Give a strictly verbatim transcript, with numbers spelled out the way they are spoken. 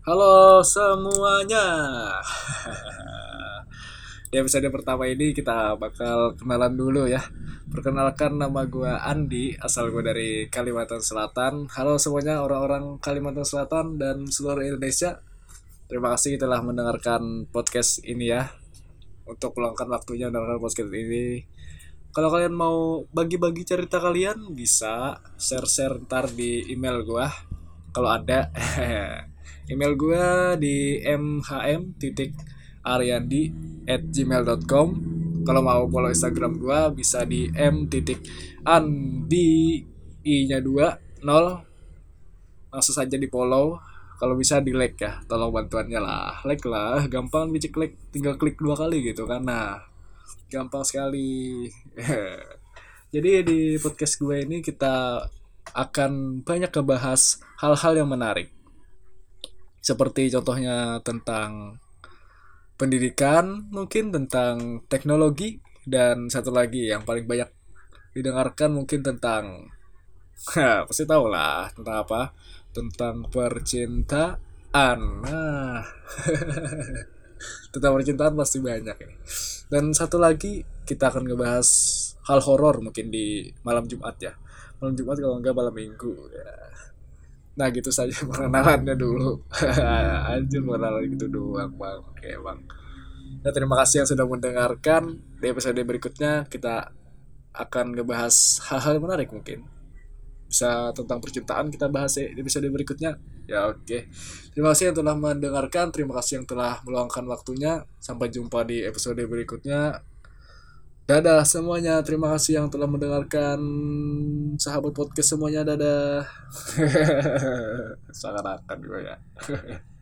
Halo semuanya. Di episode pertama ini kita bakal kenalan dulu ya. Perkenalkan, nama gue Andi, asal gue dari Kalimantan Selatan. Halo semuanya orang-orang Kalimantan Selatan dan seluruh Indonesia. Terima kasih telah mendengarkan podcast ini ya. Untuk meluangkan waktunya mendengarkan podcast ini. Kalau kalian mau bagi-bagi cerita kalian, bisa share-share ntar di email gue kalau ada. Email gue di mhm titik ariandi at gmail dot com. Kalau mau follow Instagram gue bisa di m titik andi i nya dua nol. Langsung saja di follow. Kalau bisa di like ya, tolong bantuannya lah. Like lah, gampang dicek like, tinggal klik dua kali gitu kan. Nah, gampang sekali. Jadi di podcast gue ini kita akan banyak ngebahas hal-hal yang menarik. Seperti contohnya tentang pendidikan, mungkin tentang teknologi, dan satu lagi yang paling banyak didengarkan mungkin tentang, ha, pasti tahu lah tentang apa? Tentang percintaan. Nah, tentang percintaan pasti banyak ini. Dan satu lagi kita akan ngebahas hal horor mungkin di malam Jumat ya. Malam Jumat kalau enggak malam Minggu ya. Nah gitu saja pengenalannya dulu. Anjir, pengenalan gitu doang bang. Oke bang. Nah, terima kasih yang sudah mendengarkan. Di episode berikutnya kita akan ngebahas hal-hal yang menarik mungkin. Bisa tentang percintaan kita bahas ya di episode berikutnya. Ya oke. Terima kasih yang telah mendengarkan. Terima kasih yang telah meluangkan waktunya. Sampai jumpa di episode berikutnya. Dadah semuanya. Terima kasih yang telah mendengarkan. Sahabat podcast semuanya, dadah. Sangat akan gue ya.